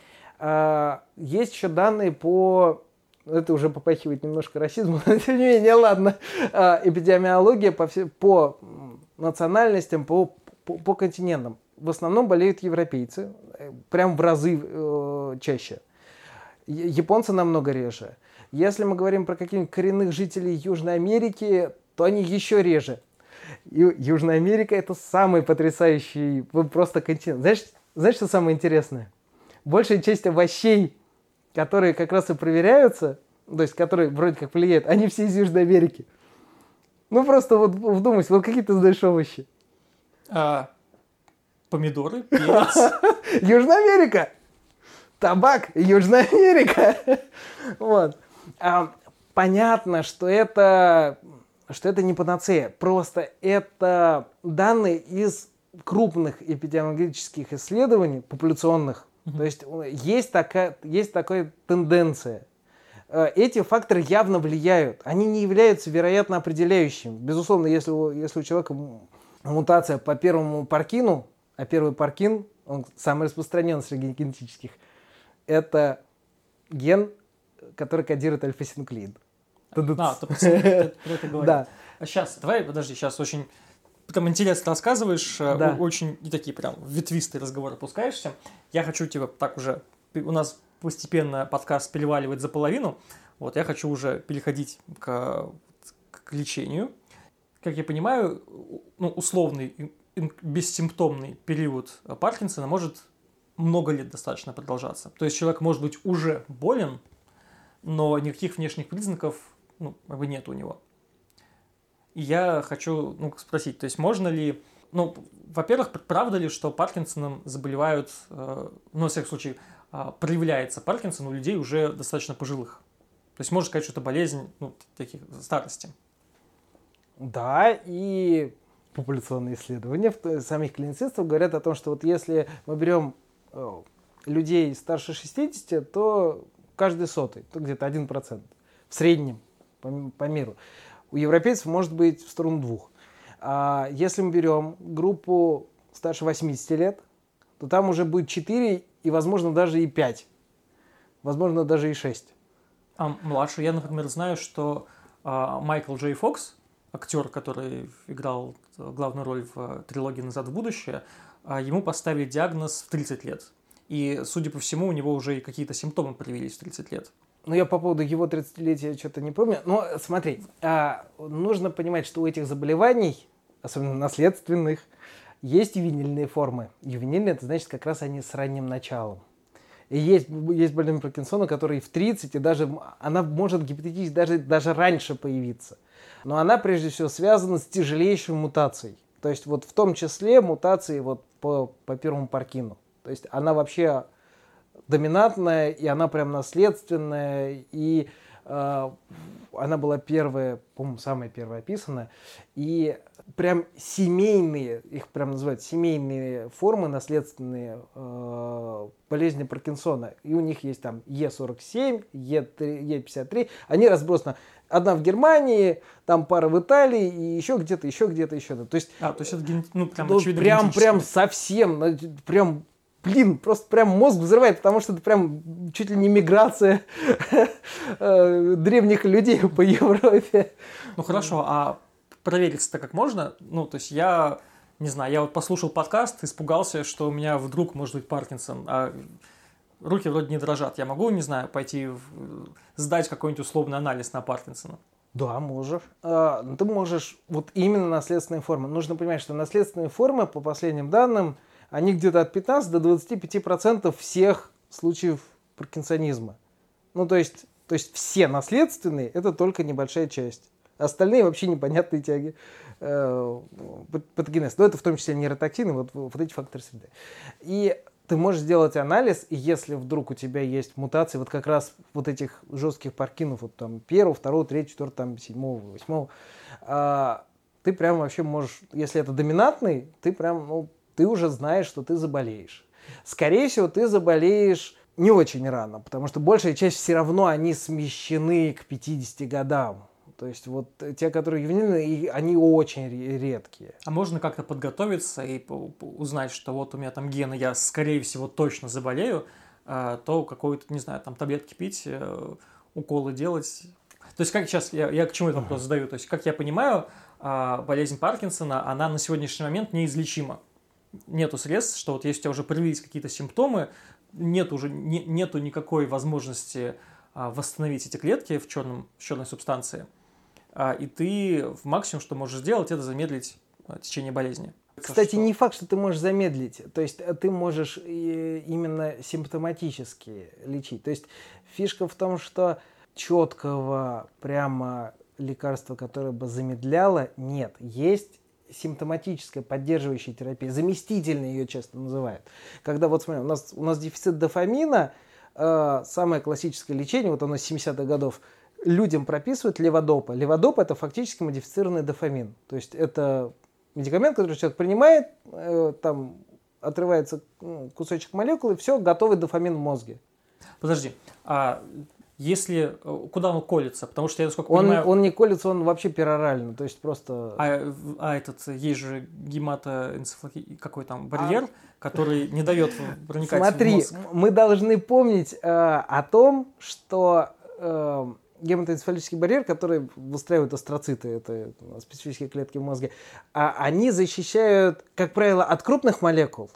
Э, есть еще данные по... Это уже попахивает немножко расизмом, но тем не менее, ладно. Э, эпидемиология по, все, по национальностям, по, по, по континентам. В основном болеют европейцы, прям в разы э, чаще. Японцы намного реже. Если мы говорим про каких-нибудь коренных жителей Южной Америки, то они еще реже. Ю- Южная Америка – это самый потрясающий просто континент. Знаешь, знаешь, что самое интересное? Большая часть овощей, которые как раз и проверяются, то есть которые вроде как влияют, они все из Южной Америки. Ну просто вот вдумайся, вот какие ты знаешь овощи? А, помидоры, перец. Южная Америка! Табак, Южная Америка. Вот. А, понятно, что это, что это не панацея. Просто это данные из крупных эпидемиологических исследований, популяционных. Mm-hmm. То есть есть такая, есть такая тенденция. Эти факторы явно влияют. Они не являются, вероятно, определяющими. Безусловно, если у, если у человека мутация по первому паркину, а первый паркин, он самый распространенный среди генетических, это ген, который кодирует альфа-синуклеин. А, ты про это говорил. Да. А сейчас, давай, подожди, сейчас очень прям интересно рассказываешь, да. очень и такие прям ветвистые разговоры пускаешься. Я хочу тебе так уже, у нас постепенно подкаст переваливает за половину, вот я хочу уже переходить к, к лечению. Как я понимаю, ну, условный бессимптомный период Паркинсона может много лет достаточно продолжаться. То есть человек может быть уже болен, но никаких внешних признаков ну, как бы нет у него. И я хочу ну, спросить, то есть можно ли, ну, во-первых, правда ли, что Паркинсоном заболевают, э, ну, во всяком случае, э, проявляется Паркинсон у людей уже достаточно пожилых? То есть можно сказать, что это болезнь ну, таких старости? Да, и популяционные исследования самих клиницистов говорят о том, что вот если мы берем людей старше шестидесяти, то каждый сотый, то где-то один процент в среднем по, по миру. У европейцев может быть в сторону двух. А если мы берем группу старше восьмидесяти лет, то там уже будет четыре и, возможно, даже и пять. Возможно, даже и шесть. А младше? Я, например, знаю, что а, Майкл Джей Фокс, актер, который играл главную роль в трилогии «Назад в будущее», ему поставили диагноз в тридцать лет. И, судя по всему, у него уже и какие-то симптомы проявились в тридцать лет. Ну, я по поводу его тридцатилетия что-то не помню. Но смотри, а, нужно понимать, что у этих заболеваний, особенно наследственных, есть ювенильные формы. Ювенильные, это значит, как раз они с ранним началом. И есть, есть болезнь Паркинсона, которая в тридцать, и даже она может гипотетически даже, даже раньше появиться. Но она, прежде всего, связана с тяжелейшей мутацией. То есть, вот в том числе мутации вот по, по первому Паркину. То есть, она вообще доминантная, и она прям наследственная, и э, она была первая, по-моему, самая первая описана. И прям семейные, их прям называют семейные формы наследственные э, болезни Паркинсона. И у них есть там Е сорок семь, Е пятьдесят три. Они разбросаны. Одна в Германии, там пара в Италии и еще где-то, еще где-то, еще где-то. То есть, а, то есть это ген... ну, прям, ну, очевидно, прям, прям совсем, прям, блин, просто прям мозг взрывает, потому что это прям чуть ли не миграция древних людей по Европе. Ну хорошо, а проверить-то как можно? Ну, то есть я, не знаю, я вот послушал подкаст, испугался, что у меня вдруг может быть Паркинсон, а руки вроде не дрожат. Я могу, не знаю, пойти в... сдать какой-нибудь условный анализ на Паркинсона? Да, можешь. А, ну, ты можешь, вот именно наследственные формы. Нужно понимать, что наследственные формы, по последним данным, они где-то от пятнадцати до двадцати пяти процентов всех случаев паркинсонизма. Ну, то есть, то есть все наследственные, это только небольшая часть. Остальные вообще непонятные тяги э, патогенез. Но это в том числе нейротоксины, вот, вот эти факторы среды. И ты можешь сделать анализ, и если вдруг у тебя есть мутации, вот как раз вот этих жестких паркинов, вот там первого, второго, третьего, четвертого, там, седьмого, восьмого, э, ты прям вообще можешь, если это доминантный, ты прям, ну, ты уже знаешь, что ты заболеешь. Скорее всего, ты заболеешь не очень рано, потому что большая часть все равно они смещены к пятидесяти годам. То есть вот те, которые ювенильные, они очень редкие. А можно как-то подготовиться и узнать, что вот у меня там гены, я скорее всего точно заболею, то какую-то, не знаю, там таблетки пить, уколы делать. То есть как сейчас, я, я к чему этот вопрос задаю, то есть как я понимаю, болезнь Паркинсона, она на сегодняшний момент неизлечима. Нету средств, что вот если у тебя уже проявились какие-то симптомы, нет уже, не, нету никакой возможности восстановить эти клетки в, черном, в черной субстанции. И ты в максимум, что можешь сделать, это замедлить течение болезни. Кстати, что... не факт, что ты можешь замедлить. То есть ты можешь именно симптоматически лечить. То есть фишка в том, что четкого прямо лекарства, которое бы замедляло, нет. Есть симптоматическая поддерживающая терапия, заместительная ее часто называют. Когда вот смотри, у нас, у нас дефицит дофамина, э, самое классическое лечение, вот оно с семидесятых годов, людям прописывают леводопа. Леводоп это фактически модифицированный дофамин. То есть это медикамент, который человек принимает, э, там отрывается кусочек молекулы, и все, готовый дофамин в мозге. Подожди, а если, куда он колется? Потому что я, насколько он, понимаю... Он не колется, он вообще перорально, то есть просто... А, а этот, есть же гематоэнцефалогический, какой там барьер, а... который не дает проникать Смотри, в мозг. Смотри, мы должны помнить э, о том, что э, гематоэнцефалический барьер, который выстраивают астроциты, это специфические клетки в мозге, а, они защищают, как правило, от крупных молекул,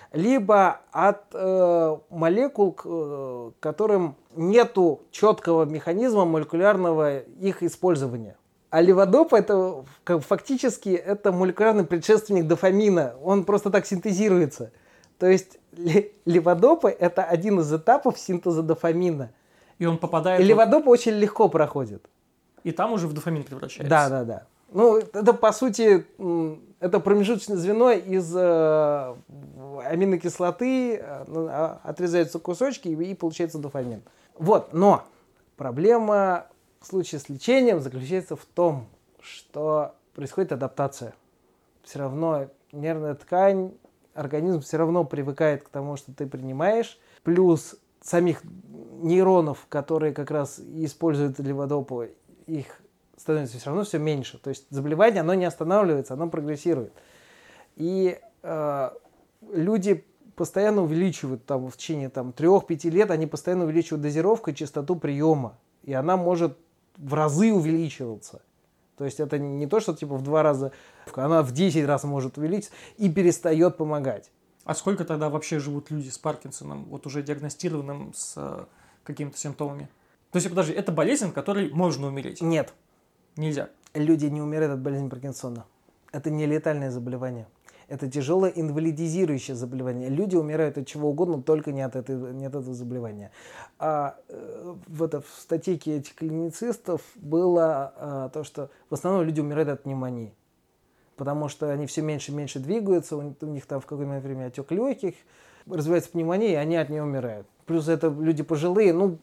либо от э, молекул, к которым нету четкого механизма молекулярного их использования. А леводоп это как, фактически это молекулярный предшественник дофамина, он просто так синтезируется. То есть леводопы это один из этапов синтеза дофамина. И он попадает... И леводоп в... очень легко проходит. И там уже в дофамин превращается. Да, да, да. Ну, это по сути, это промежуточное звено из э, аминокислоты, э, отрезаются кусочки и, и получается дофамин. Вот, но проблема в случае с лечением заключается в том, что происходит адаптация. Все равно нервная ткань, организм все равно привыкает к тому, что ты принимаешь, плюс самих нейронов, которые как раз используют леводопу, их становится все равно все меньше. То есть заболевание, оно не останавливается, оно прогрессирует. И э, люди постоянно увеличивают, там, в течение там, трех-пяти лет, они постоянно увеличивают дозировку и частоту приема. И она может в разы увеличиваться. То есть это не то, что типа в два раза, она в десять раз может увеличиться и перестает помогать. А сколько тогда вообще живут люди с Паркинсоном, вот уже диагностированным с э, какими-то симптомами? То есть, подожди, это болезнь, от которой можно умереть? Нет. Нельзя. Люди не умирают от болезни Паркинсона. Это не летальное заболевание. Это тяжелое инвалидизирующее заболевание. Люди умирают от чего угодно, только не от, этой, не от этого заболевания. А, э, в, это, в статейке этих клиницистов было а, то, что в основном люди умирают от пневмонии. Потому что они все меньше и меньше двигаются, у них там в какое-то время отек легких, развивается пневмония, и они от нее умирают. Плюс это люди пожилые, ну...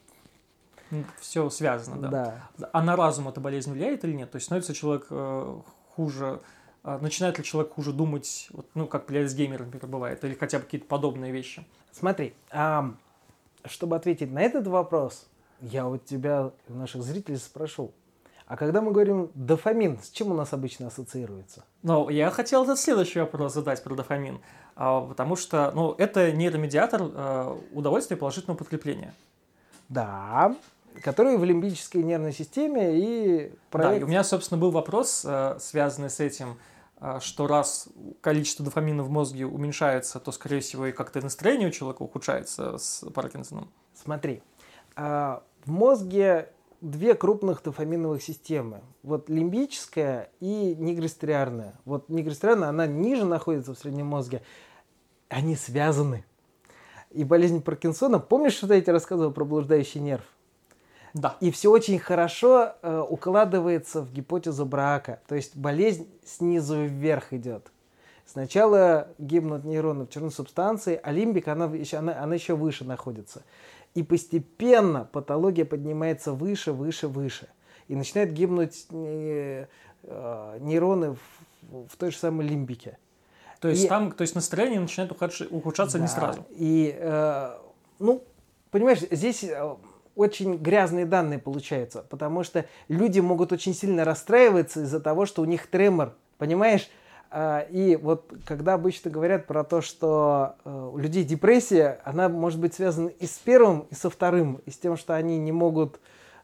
Все связано, да. да. А на разум эта болезнь влияет или нет? То есть становится человек э, хуже, э, начинает ли человек хуже думать, вот, ну, как при Альцгеймере, например, бывает, или хотя бы какие-то подобные вещи? Смотри, а, чтобы ответить на этот вопрос, я вот тебя, наших зрителей, спрошу. А когда мы говорим дофамин, с чем у нас обычно ассоциируется? Ну, я хотел этот следующий вопрос задать про дофамин, а, потому что, ну, это нейромедиатор а, удовольствия и положительного подкрепления. Да, которые в лимбической нервной системе и проект... Да, и у меня, собственно, был вопрос, связанный с этим, что раз количество дофамина в мозге уменьшается, то, скорее всего, и как-то настроение у человека ухудшается с Паркинсоном. Смотри, в мозге две крупных дофаминовых системы. Вот лимбическая и нигростериарная. Вот нигростериарная, она ниже находится в среднем мозге. Они связаны. И болезнь Паркинсона, помнишь, что я тебе рассказывал про блуждающий нерв? Да. И все очень хорошо э, укладывается в гипотезу Браака. То есть болезнь снизу вверх идет. Сначала гибнут нейроны в черной субстанции, а лимбик, она еще, она, она еще выше находится. И постепенно патология поднимается выше, выше, выше. И начинают гибнуть э, э, нейроны в, в той же самой лимбике. То есть и, там, то есть настроение начинает ухудшаться, да, не сразу. И, э, ну, понимаешь, здесь очень грязные данные получаются, потому что люди могут очень сильно расстраиваться из-за того, что у них тремор, понимаешь? И вот когда обычно говорят про то, что у людей депрессия, она может быть связана и с первым, и со вторым, и с тем, что они не могут,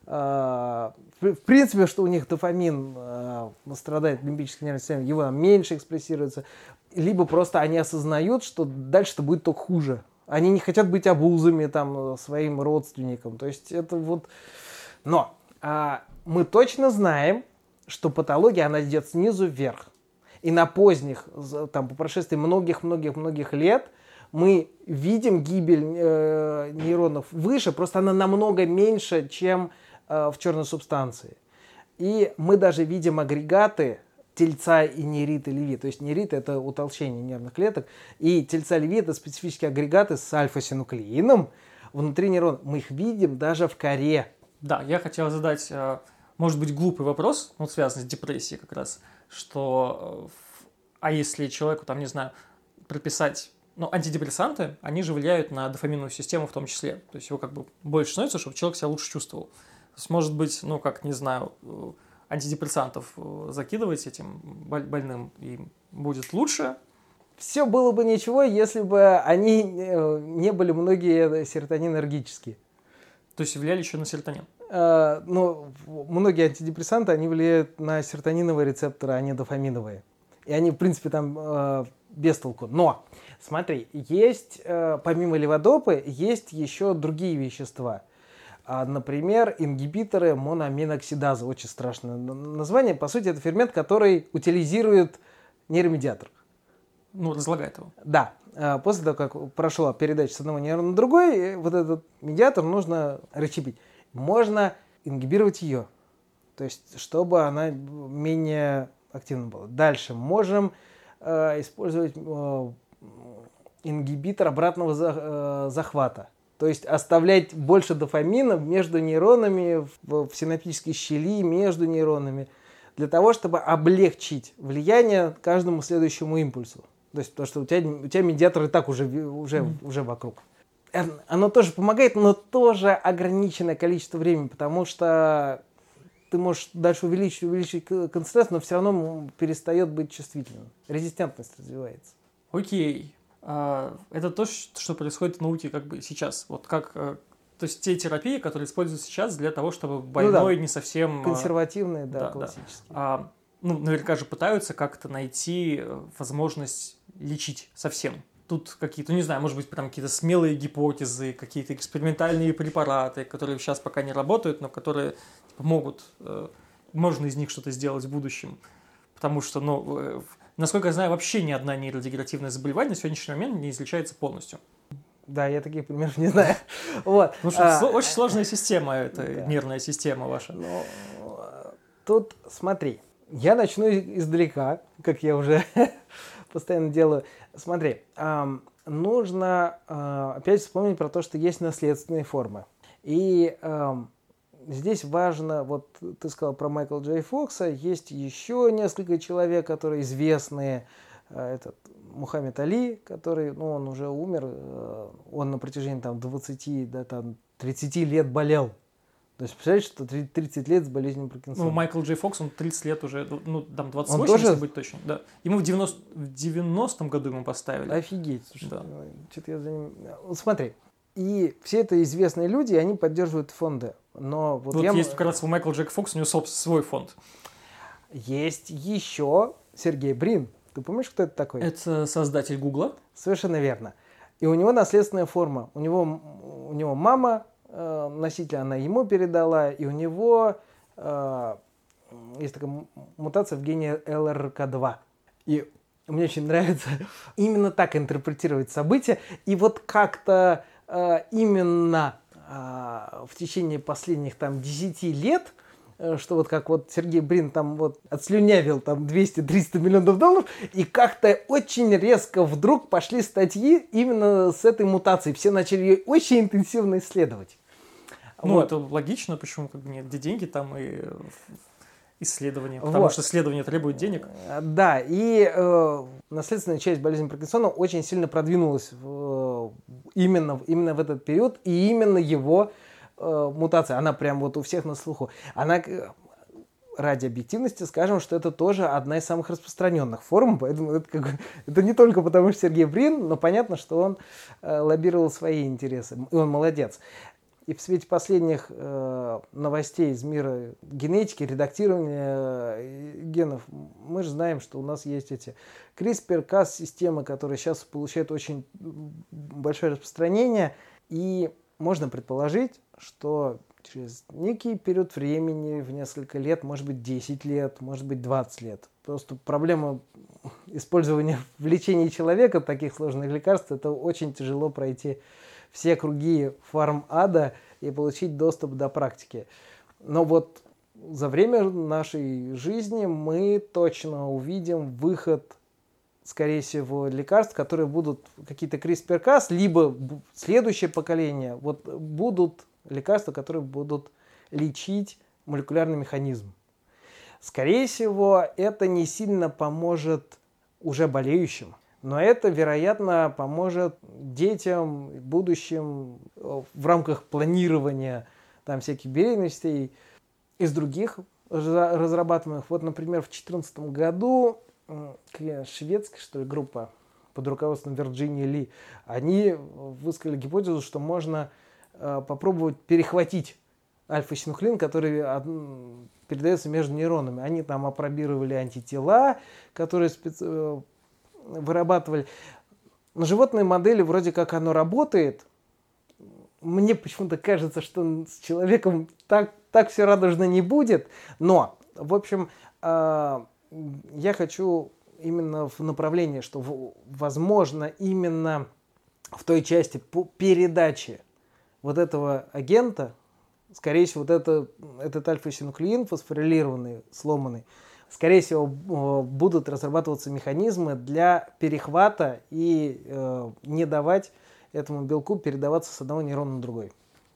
в принципе, что у них дофамин страдает лимбической нервной системой, его меньше экспрессируется, либо просто они осознают, что дальше-то будет только хуже. Они не хотят быть обузами там, своим родственникам. То есть это вот... Но а, мы точно знаем, что патология, она идет снизу вверх. И на поздних, там, по прошествии многих-многих-многих лет мы видим гибель э, нейронов выше, просто она намного меньше, чем э, в черной субстанции. И мы даже видим агрегаты тельца и нейрита леви. То есть нейрит — это утолщение нервных клеток, и тельца леви — это специфические агрегаты с альфа-синуклеином внутри нейрона. Мы их видим даже в коре. Да, я хотел задать, может быть, глупый вопрос, ну, связанный с депрессией как раз, что, а если человеку, там, не знаю, прописать, ну, антидепрессанты, они же влияют на дофаминовую систему в том числе. То есть его как бы больше становится, чтобы человек себя лучше чувствовал. То есть, может быть, ну, как, не знаю, антидепрессантов закидывать этим больным, и будет луше. Все было бы ничего, если бы они не были многие серотонинергические. То есть влияли еще на серотонин? А, ну, многие антидепрессанты, они влияют на серотониновые рецепторы, а не дофаминовые. И они, в принципе, там э, без толку. Но, смотри, есть, э, помимо леводопы, есть еще другие вещества. Например, ингибиторы моноаминоксидазы. Очень страшное название. По сути, это фермент, который утилизирует нейромедиатор. Ну, разлагает его. Да. После того, как прошла передача с одного нейрона на другой, вот этот медиатор нужно расщепить. Можно ингибировать ее. То есть, чтобы она менее активна была. Дальше. Можем э, использовать э, ингибитор обратного за, э, захвата. То есть оставлять больше дофамина между нейронами, в, в синаптической щели между нейронами, для того, чтобы облегчить влияние каждому следующему импульсу. То есть, потому что у тебя, у тебя медиатор и так уже, уже, mm-hmm. уже вокруг. Оно тоже помогает, но тоже ограниченное количество времени, потому что ты можешь дальше увеличить, увеличить концентрацию, но все равно перестает быть чувствительным. Резистентность развивается. Окей. Это то, что происходит в науке как бы сейчас. Вот как, то есть те терапии, которые используются сейчас для того, чтобы больной ну, да. не совсем... Консервативные, да, да классические. Да. А, ну, наверняка же пытаются как-то найти возможность лечить совсем. Тут какие-то, не знаю, может быть, прям какие-то смелые гипотезы, какие-то экспериментальные препараты, которые сейчас пока не работают, но которые типа, могут, э, можно из них что-то сделать в будущем. Потому что, ну... Э, насколько я знаю, вообще ни одна нейродегенеративное заболевание на сегодняшний момент не излечается полностью. Да, я таких примеров не знаю. Вот. Потому что а, очень сложная система, эта да. нервная система ваша. Ну, тут смотри, я начну издалека, как я уже постоянно делаю. Смотри, эм, нужно э, опять вспомнить про то, что есть наследственные формы. И эм, здесь важно, вот ты сказал про Майкла Джей Фокса, есть еще несколько человек, которые известные. Этот Мухаммед Али, который, ну, он уже умер, он на протяжении там двадцати, да, там тридцати лет болел. То есть, представляете, что тридцать лет с болезнью Паркинсона. Ну, Майкл Джей Фокс, он тридцать лет уже, ну, там двадцать восемь, тоже... если быть точно. Да. Ему в девяностом году ему поставили. Офигеть. Слушай, да. Что-то я за ним... Смотри, И все это известные люди, и они поддерживают фонды. Но вот Вот я... есть как раз у Майкла Джек Фокс, у него собственный свой фонд. Есть еще Сергей Брин. Ты помнишь, кто это такой? Это создатель Гугла. Совершенно верно. И у него наследственная форма. У него, у него мама, э, носитель, она ему передала, и у него э, есть такая мутация в гене эл эр ка два. И мне очень нравится именно так интерпретировать события. И вот как-то э, именно э, в течение последних там десяти лет, что вот как вот Сергей Брин там вот отслюнявил там двести-триста миллионов долларов, и как-то очень резко вдруг пошли статьи именно с этой мутацией. Все начали ее очень интенсивно исследовать. Ну, вот. Это логично, почему как бы нет, где деньги, там и исследования, потому вот. что исследование требует денег. Да, и э, наследственная часть болезни Паркинсона очень сильно продвинулась в, именно, именно в этот период, и именно его мутация, она прям вот у всех на слуху. Она, ради объективности, скажем, что это тоже одна из самых распространенных форм, поэтому это, как, это не только потому, что Сергей Брин, но понятно, что он э, лоббировал свои интересы, и он молодец. И в свете последних э, новостей из мира генетики, редактирования э, генов, мы же знаем, что у нас есть эти CRISPR-Cas системы, которые сейчас получают очень большое распространение, и можно предположить, что через некий период времени, в несколько лет, может быть десять лет, может быть двадцать лет. Просто проблема использования в лечении человека таких сложных лекарств, это очень тяжело пройти все круги фарм-ада и получить доступ до практики. Но вот за время нашей жизни мы точно увидим выход, скорее всего, лекарств, которые будут какие-то CRISPR-Cas, либо следующее поколение, вот будут лекарства, которые будут лечить молекулярный механизм. Скорее всего, это не сильно поможет уже болеющим, но это, вероятно, поможет детям, будущим в рамках планирования там, всяких беременностей из других разрабатываемых. Вот, например, в две тысячи четырнадцатом году шведская, что ли, группа под руководством Вирджинии Ли, они высказали гипотезу, что можно э, попробовать перехватить альфа-синуклеин, который од... передается между нейронами. Они там апробировали антитела, которые специ... вырабатывали. На животной модели вроде как оно работает. Мне почему-то кажется, что с человеком так, так все радужно не будет. Но, в общем, э, я хочу именно в направлении, что, возможно, именно в той части по передаче вот этого агента, скорее всего, вот это, этот альфа-синуклеин фосфорилированный, сломанный, скорее всего, будут разрабатываться механизмы для перехвата и э, не давать этому белку передаваться с одного нейрона на другой.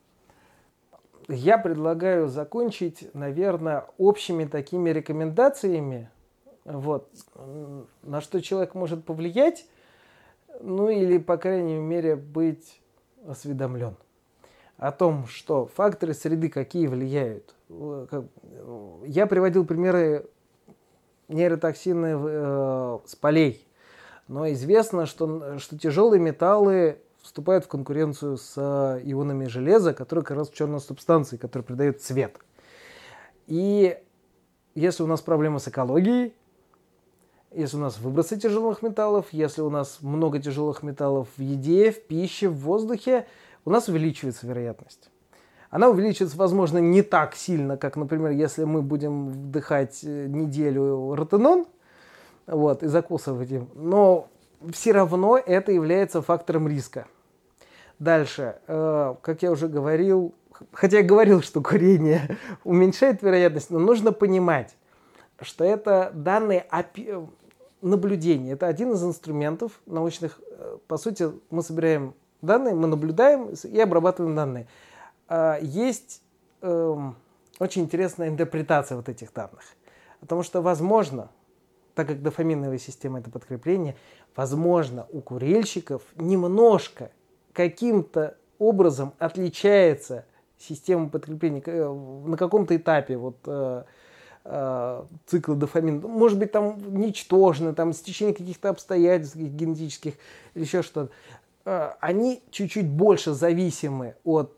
Я предлагаю закончить, наверное, общими такими рекомендациями, вот, на что человек может повлиять, ну или, по крайней мере, быть осведомлен о том, что факторы среды какие влияют. Я приводил примеры нейротоксины э, с полей, но известно, что, что тяжелые металлы вступают в конкуренцию с ионами железа, которые как раз черные субстанции, которые придают цвет. И если у нас проблема с экологией, если у нас выбросы тяжелых металлов, если у нас много тяжелых металлов в еде, в пище, в воздухе, у нас увеличивается вероятность. Она увеличится, возможно, не так сильно, как, например, если мы будем вдыхать неделю ротенон, вот, и закусывать им, но все равно это является фактором риска. Дальше, э, как я уже говорил, хотя я говорил, что курение уменьшает вероятность, но нужно понимать, что это данные опи- наблюдения. Это один из инструментов научных. По сути, мы собираем данные, мы наблюдаем и обрабатываем данные. Э, есть э, очень интересная интерпретация вот этих данных. Потому что, возможно, так как дофаминовая система – это подкрепление, возможно, у курильщиков немножко каким-то образом отличается система подкрепления на каком-то этапе вот, э, э, цикла дофамина. Может быть, там ничтожно, там стечение каких-то обстоятельств генетических или еще что-то. э, они чуть-чуть больше зависимы от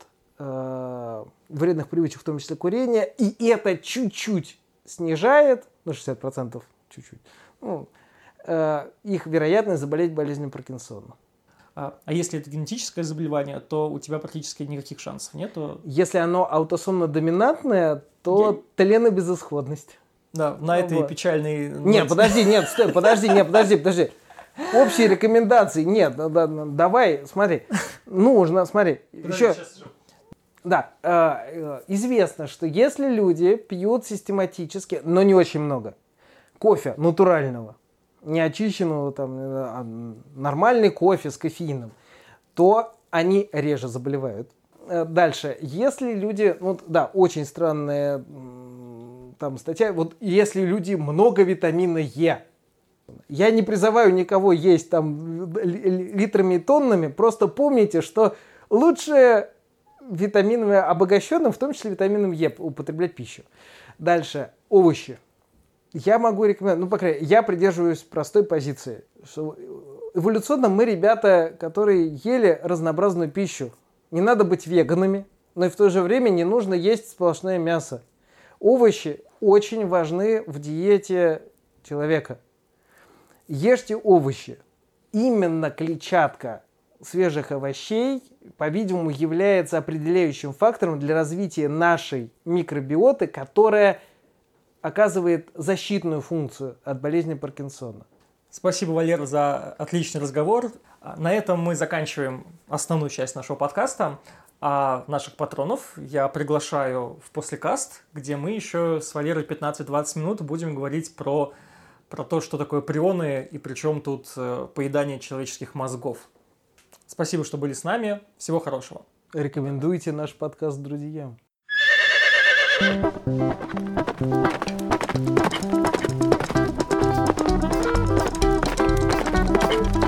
э, вредных привычек, в том числе курения, и это чуть-чуть снижает, ну шестьдесят процентов чуть-чуть, ну, э, их вероятность заболеть болезнью Паркинсона. А, а если это генетическое заболевание, то у тебя практически никаких шансов нету? Если оно аутосомно-доминантное, то Я... теленобезысходность. Да, на этой вот. Печальной... Нет, подожди, нет, стой, подожди, нет, подожди, подожди. Общие рекомендации, нет, давай, смотри, нужно, смотри, подожди, еще... Да, э, известно, что если люди пьют систематически, но не очень много, кофе натурального, не очищенного, там, а нормальный кофе с кофеином, то они реже заболевают. Дальше, если люди, ну да, очень странная там статья, вот если люди много витамина Е, я не призываю никого есть там литрами и тоннами, просто помните, что лучше витаминами обогащенным, в том числе витамином Е, употреблять пищу. Дальше, овощи. Я могу рекомендовать, ну, по крайней мере, я придерживаюсь простой позиции, что эволюционно мы ребята, которые ели разнообразную пищу. Не надо быть веганами, но и в то же время не нужно есть сплошное мясо. Овощи очень важны в диете человека. Ешьте овощи. Именно клетчатка свежих овощей, по-видимому, является определяющим фактором для развития нашей микробиоты, которая оказывает защитную функцию от болезни Паркинсона. Спасибо, Валера, за отличный разговор. На этом мы заканчиваем основную часть нашего подкаста. А наших патронов я приглашаю в послекаст, где мы еще с Валерой пятнадцать-двадцать минут будем говорить про, про то, что такое прионы и при чем тут поедание человеческих мозгов. Спасибо, что были с нами. Всего хорошего. Рекомендуйте наш подкаст друзьям. Thank you.